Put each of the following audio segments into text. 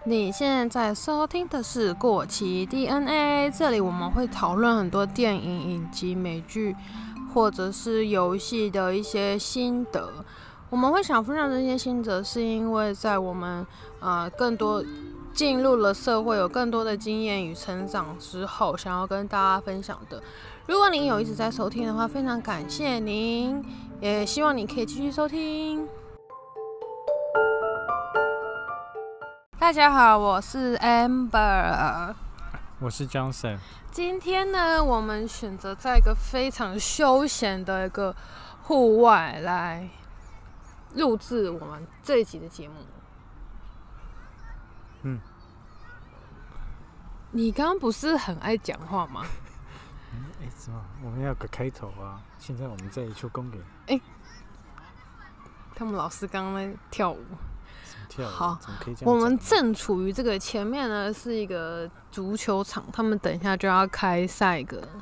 你现在收听的是过期 DNA， 这里我们会讨论很多电影、影集、美剧或者是游戏的一些心得。我们会想分享这些心得，是因为在我们更多进入了社会，有更多的经验与成长之后，想要跟大家分享的。如果您有一直在收听的话，非常感谢您，也希望你可以继续收听。大家好，我是 Amber， 我是 Johnson。 今天呢，我们选择在一个非常休闲的一个户外来录制我们这一集的节目。你刚刚不是很爱讲话吗？ 什么？我们要有个开头啊！现在我们在一处公园。 他们老师刚刚在跳舞。 好，怎么可以这样？ 我们正处于这个前面呢，是一个足球场，他们等一下就要开赛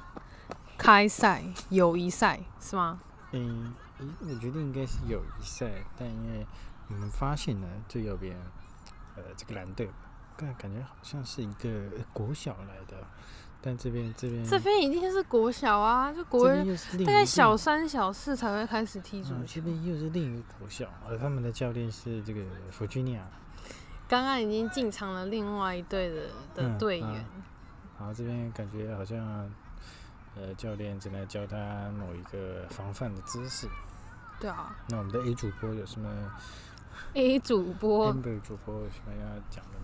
友谊赛是吗？ 我觉得应该是友谊赛，但因为我们发现呢，最右边，这个蓝队，感觉好像是一个国小来的，但这边一定是国小啊，就国大概小3、小4才会开始踢足球。 这边又是另一个国小，而他们的教练是这个弗吉尼亚。 刚刚已经进场了另外一队的队员。 然后这边感觉好像，教练正在教他某一个防范的姿势。 对啊。 那我们的 A 主播有什么 ？A 主播 Amber 主播有什么要讲的吗？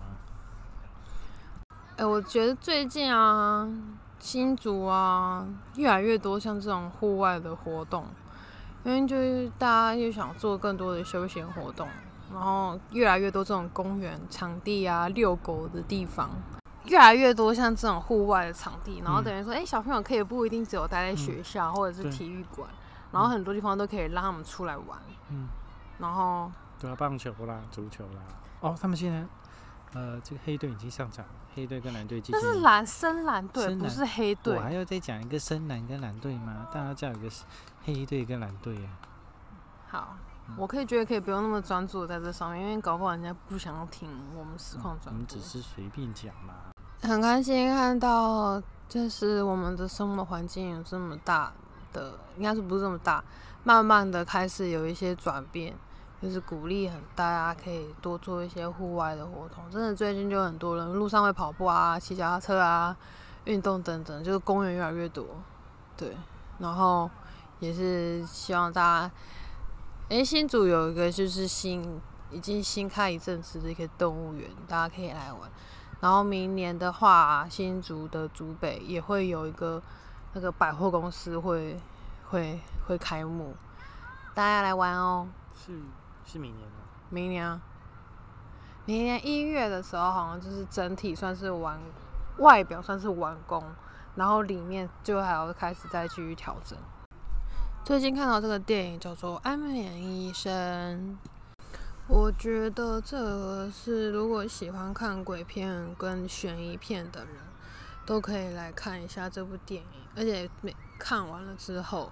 我觉得最近啊，新竹啊，越来越多像这种户外的活动，因为就是大家又想做更多的休闲活动，然后越来越多这种公园场地啊、遛狗的地方，越来越多像这种户外的场地，然后等于说，小朋友可以不一定只有待在学校或者是体育馆，然后很多地方都可以让他们出来玩。然后对啊，棒球啦、足球啦。他们现在这个黑队已经上场了，黑队跟蓝队进行。 那是深蓝队，不是黑队。 我还要再讲一个深蓝跟蓝队吗？当然叫一个黑队跟蓝队啊。 好，我觉得可以不用那么专注在这上面，因为搞不好人家不想要听我们实况转播。 我们只是随便讲嘛。 很开心看到，就是我们的生活环境有这么大的，应该是不是这么大，慢慢的开始有一些转变。就是鼓励大家可以多做一些户外的活动，真的最近就很多人路上会跑步啊、骑脚踏车啊、运动等等，就是公园越来越多，对。然后也是希望大家，新竹有一个就是已经新开一阵子的一个动物园，大家可以来玩。然后明年的话，新竹的竹北也会有一个那个百货公司会开幕，大家来玩哦。 是明年吗？ 明年啊，明年1月的时候，好像就是整体算是外表算是完工，然后里面就还要开始再继续调整。最近看到这个电影叫做《安眠医生》，我觉得这个是如果喜欢看鬼片跟悬疑片的人，都可以来看一下这部电影。而且看完了之后，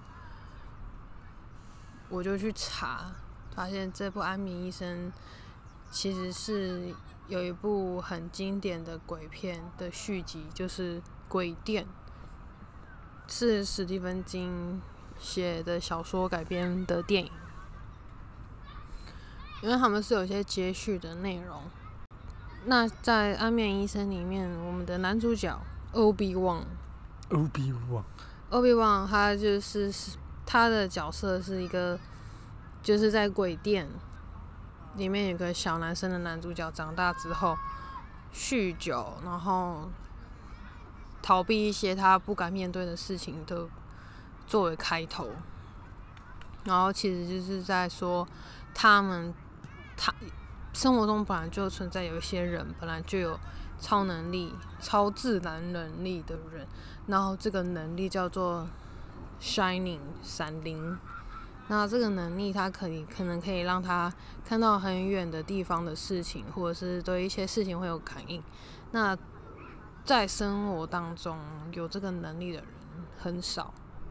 我就去查。发现这部《安眠医生》其实是有一部很经典的鬼片的续集，就是《鬼店》，是史蒂芬金写的小说改编的电影。因为他们是有一些接续的内容。那在《安眠医生》里面，我们的男主角 Obi-Wan， 他的角色是一个。就是在鬼店里面有个小男生的男主角，长大之后酗酒，然后逃避一些他不敢面对的事情的作为开头，然后其实就是在说他生活中本来就存在有一些人本来就有超能力、超自然能力的人，然后这个能力叫做 Shining 闪灵。那这个能力，它可能可以让他看到很远的地方的事情，或者是对一些事情会有感应。那在生活当中有这个能力的人很少，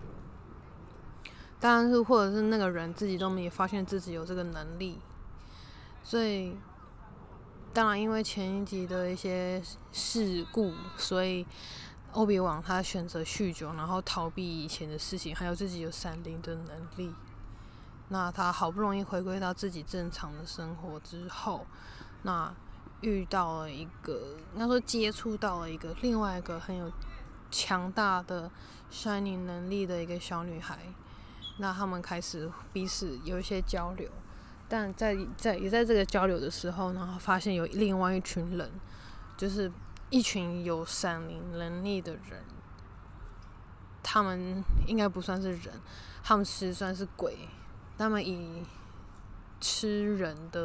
当然是或者是那个人自己都没发现自己有这个能力，所以当然因为前一集的一些事故，所以欧比旺他选择酗酒，然后逃避以前的事情，还有自己有闪灵的能力。那他好不容易回归到自己正常的生活之后，那遇到了一个，应该说接触到了另外一个很有强大的 Shining 能力的一个小女孩。那他们开始彼此有一些交流，但也在这个交流的时候，然后发现有另外一群人，就是一群有闪灵能力的人，他们应该不算是人，他们其实算是鬼。他们以吃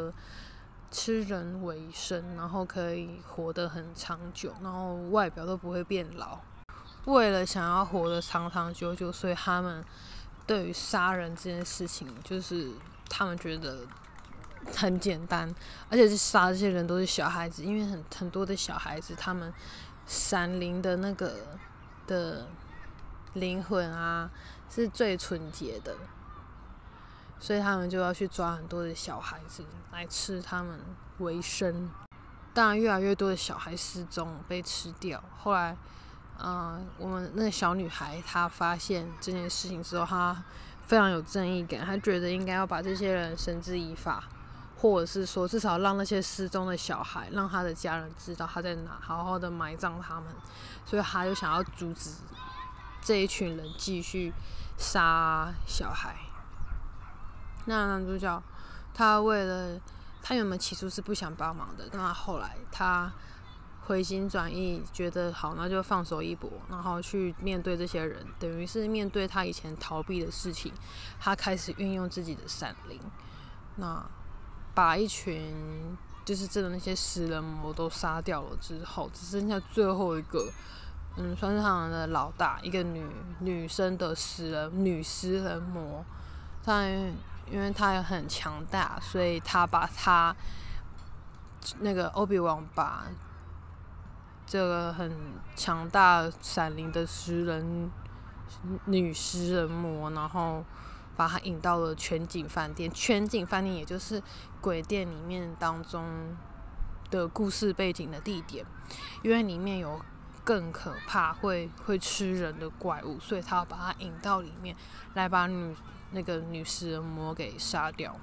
人为生，然后可以活得很长久，然后外表都不会变老。为了想要活得长长久久，所以他们对于杀人这件事情，就是他们觉得很简单，而且是杀这些人都是小孩子，因为很多的小孩子，他们闪灵的那个的灵魂啊，是最纯洁的。所以他们就要去抓很多的小孩子来吃他们为生。当然，越来越多的小孩失踪被吃掉。后来，我们那个小女孩她发现这件事情之后，她非常有正义感，她觉得应该要把这些人绳之以法，或者是说至少让那些失踪的小孩，让他的家人知道他在哪，好好的埋葬他们。所以她就想要阻止这一群人继续杀小孩。那男主角他原本起初是不想帮忙的，那后来他回心转意，觉得好，那就放手一搏，然后去面对这些人，等于是面对他以前逃避的事情，他开始运用自己的闪灵，那把一群就是真的那些食人魔都杀掉了之后，只剩下最后一个，算是他们的老大，一个女生的女食人魔，因为他也很强大，所以他把他那个欧比旺把这个很强大闪灵的女食人魔，然后把他引到了全景饭店。全景饭店也就是鬼店里面当中的故事背景的地点，因为里面有更可怕会吃人的怪物，所以他要把他引到里面来把那个女食人魔给杀掉。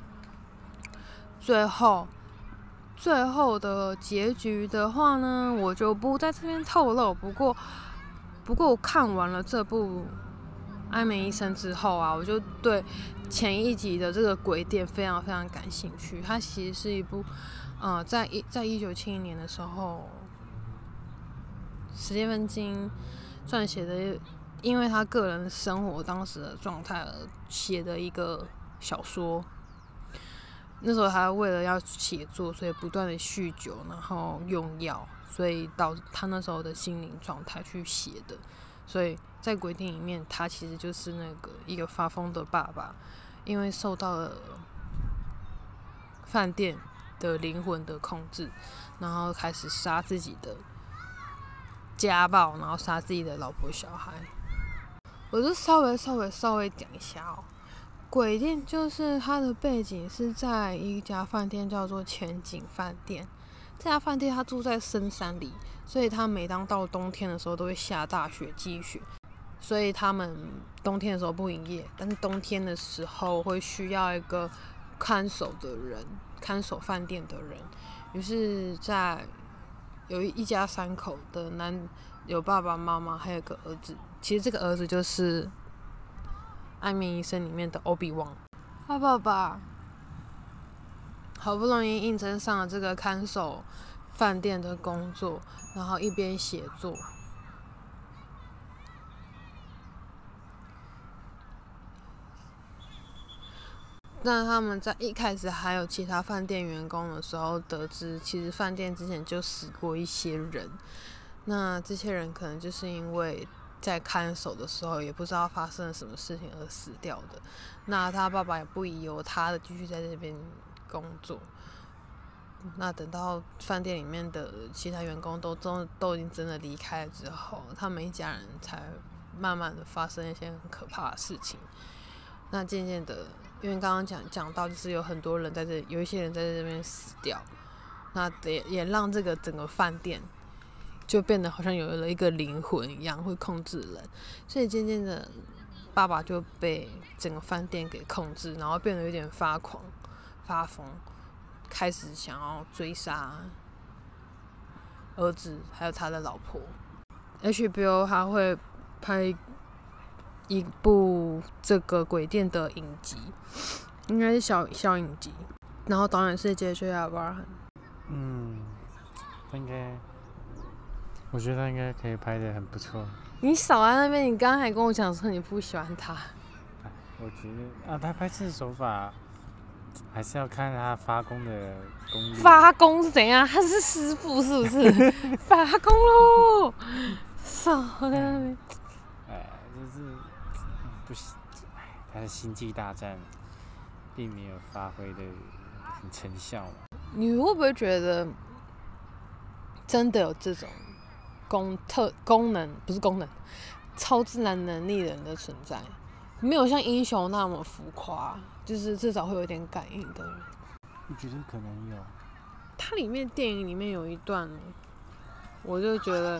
最后的结局的话呢，我就不在这边透露。不过我看完了这部《安眠医生》之后啊，我就对前一集的这个鬼店非常非常感兴趣。它其实是一部，在1970年的时候，史蒂芬金撰写的。因为他个人生活当时的状态而写的一个小说。那时候他为了要写作，所以不断的酗酒，然后用药，所以导致他那时候的心灵状态去写的。所以在鬼店里面，他其实就是一个发疯的爸爸，因为受到了饭店的灵魂的控制，然后开始杀自己的家暴，然后杀自己的老婆小孩。我就稍微讲一下哦。鬼店就是它的背景是在一家饭店叫做前景饭店。这家饭店它住在深山里，所以它每当到冬天的时候都会下大雪积雪，所以他们冬天的时候不营业，但是冬天的时候会需要一个看守饭店的人。于是有一家三口的有爸爸妈妈还有个儿子，其实这个儿子就是《安眠医生》里面的欧比旺。他爸爸好不容易应征上了这个看守饭店的工作，然后一边写作。那他们在一开始还有其他饭店员工的时候，得知其实饭店之前就死过一些人。那这些人可能就是因为在看守的时候也不知道发生了什么事情而死掉的。那他爸爸也不疑有他的继续在这边工作。那等到饭店里面的其他员工都已经真的离开了之后，他们一家人才慢慢的发生一些很可怕的事情。那渐渐的，因为刚刚讲到就是有很多人有一些人在这边死掉。 那也让这个整个饭店就变得好像有了一个灵魂一样，会控制人。所以渐渐的，爸爸就被整个饭店给控制，然后变得有点发狂、发疯，开始想要追杀儿子还有他的老婆。HBO 他会拍一部这个鬼店的影集，应该是小影集，然后导演是杰西·亚伯拉罕。 他应该，我觉得他应该可以拍得很不错。 你少在那边，你刚刚还跟我讲说你不喜欢他。 我觉得他拍摄手法还是要看他发功的功力。 发功是怎样？他是师傅是不是？发功喽！少在那边。 就是不行，他的星际大战并没有发挥的很成效嘛。 你会不会觉得真的有这种功能不是功能，超自然能力人的存在？没有像英雄那么浮夸，就是至少会有点感应的人。 我觉得可能有。 它里面电影里面有一段，我就觉得。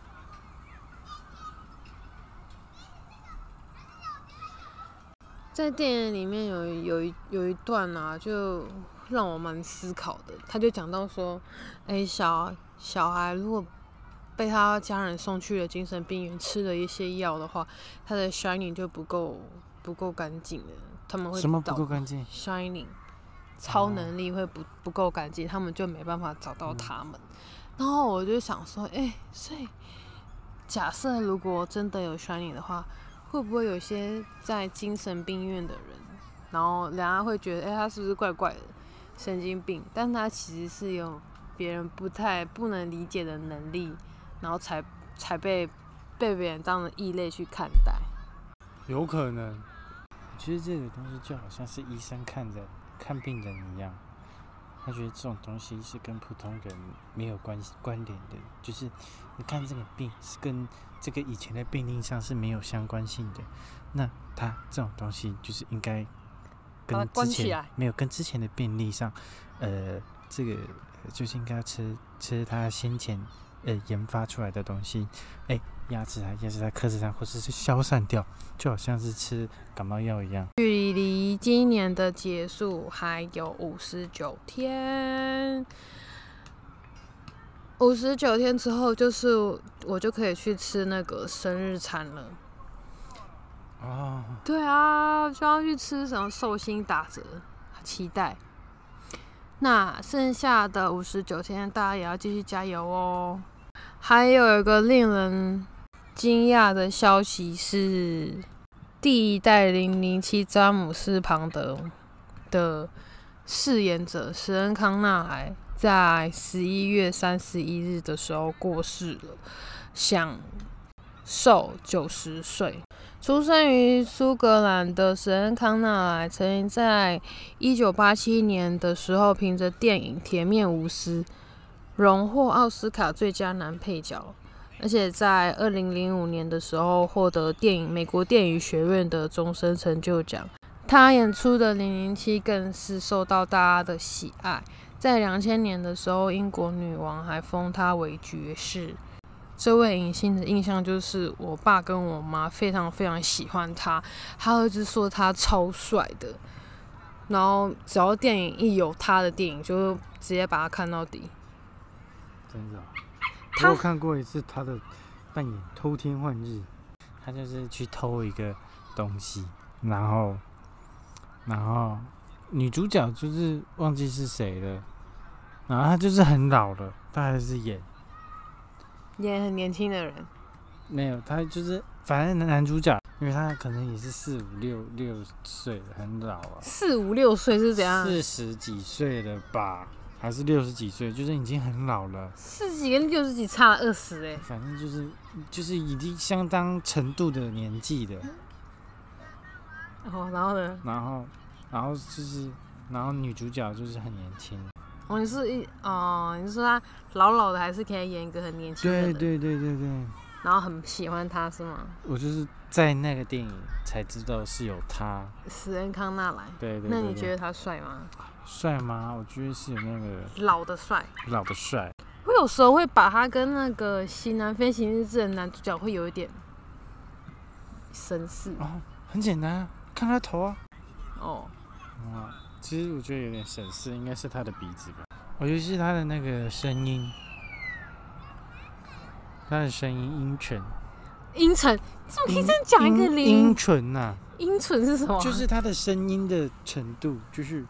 在电影里面有一段啊，就让我蛮思考的。他就讲到说，小孩如果被他家人送去了精神病院，吃了一些药的话，他的 shining 就不够干净了。他们会什么不够干净 ？shining 超能力会不够干净，他们就没办法找到他们。然后我就想说，所以假设如果真的有 shining 的话。会不会有些在精神病院的人，然后人家会觉得，他是不是怪怪的，神经病？但他其实是有别人不能理解的能力，然后才被别人当成异类去看待。 有可能。其实这个东西就好像是医生看病人一样，他觉得这种东西是跟普通人没有关联的，就是你看这个病是跟这个以前的病例上是没有相关性的，那他这种东西就是应该跟之前的病例上，这个就是应该吃他先前研发出来的东西，压制它，克制它，或者是消散掉，就好像是吃感冒药一样。 距离今年的结束还有59天。59天之后，就是我就可以去吃那个生日餐了。对啊，就要去吃什么寿星打折，期待。那剩下的59天，大家也要继续加油哦。还有一个令人惊讶的消息是，第一代007詹姆斯庞德的饰演者史恩康纳莱在11月31日的时候过世了，享寿90岁。出生于苏格兰的史恩康纳莱曾经在1987年的时候凭着电影《铁面无私》荣获奥斯卡最佳男配角，而且在2005年的时候获得美国电影学院的终身成就奖。他演出的007更是受到大家的喜爱，在2000年的时候，英国女王还封他为爵士。这位影星的印象就是我爸跟我妈非常非常喜欢他，他儿子说他超帅的，然后只要电影一有他的电影，就直接把他看到底。 真的，我有看过一次他的扮演偷天换日，他就是去偷一个东西，然后女主角就是忘记是谁了，然后他就是很老了，他还是演很年轻的人。 没有，他就是反正男主角，因为他可能也是4、5、6岁了，很老啊。 4、5、6岁是怎样 ？40几岁了吧，还是60几岁？就是已经很老了。 40几跟60几差了20 反正就是已经相当程度的年纪的。 然后呢？ 然后女主角就是很年轻。 你说他老的还是可以演一个很年轻的人？ 对。 然后很喜欢他是吗？ 我就是在那个电影才知道是有他， 史恩康纳莱。 对。 那你觉得他帅吗？ 帅吗？我觉得是有那个老的帅。 老的帅。 我有时候会把他跟那个《型男飞行日志》的男主角会有一点神似。 哦，很简单，看他头啊。 哦。 其实我觉得有点神似，应该是他的鼻子吧。尤其是他的那个声音，他的声音阴沉。 阴沉？你怎么可以这样讲一个零？ 阴沉呐。 阴沉是什么？ 就是他的声音的程度，就是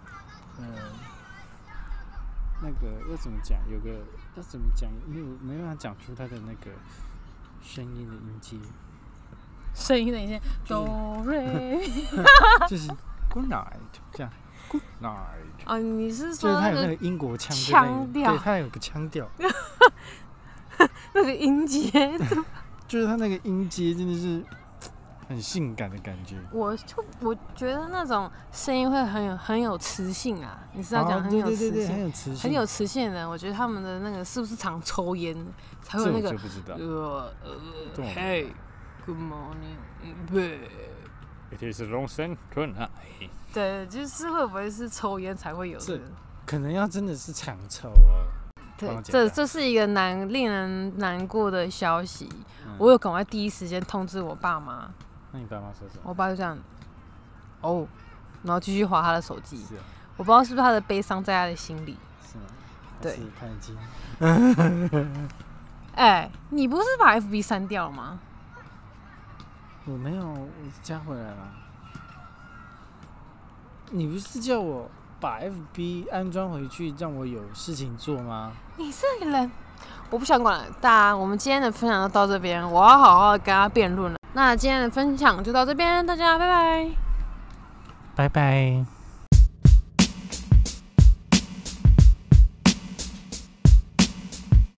那个要怎么讲？要怎么讲？没办法讲出他的那个声音的音阶。 声音的音阶，哆瑞。 就是 good night 这样 good night。 哦，你是就是他说有那个英国腔调？ 对，他有个腔调。 那个音阶。 就是他那个音阶真的是很性感的感觉。 我觉得那种声音会很有磁性啊，你是要讲很有磁性， 对，很有磁性， 很有磁性的人，我觉得他们的那个是不是常抽烟才会有那个？ 这我就不知道。 Hey, good morning, It is Lawson tonight。 对，就是会不会是抽烟才会有的？ 可能要真的是常抽哦。 对，这是一个令人难过的消息。我有赶快第一时间通知我爸妈。 那你爸妈说什么？ 我爸就这样，哦，然后继续滑他的手机。 是啊。 我不知道是不是他的悲伤在他的心里。 是吗？ 对。 是他已经。 你不是把 FB 删掉了吗？ 我没有，我加回来了。你不是叫我把 FB 安装回去，让我有事情做吗？ 你这个人，我不想管了。大家，我们今天的分享就到这边，我要好好的跟他辩论了。那今天的分享就到这边，大家拜拜。 拜拜。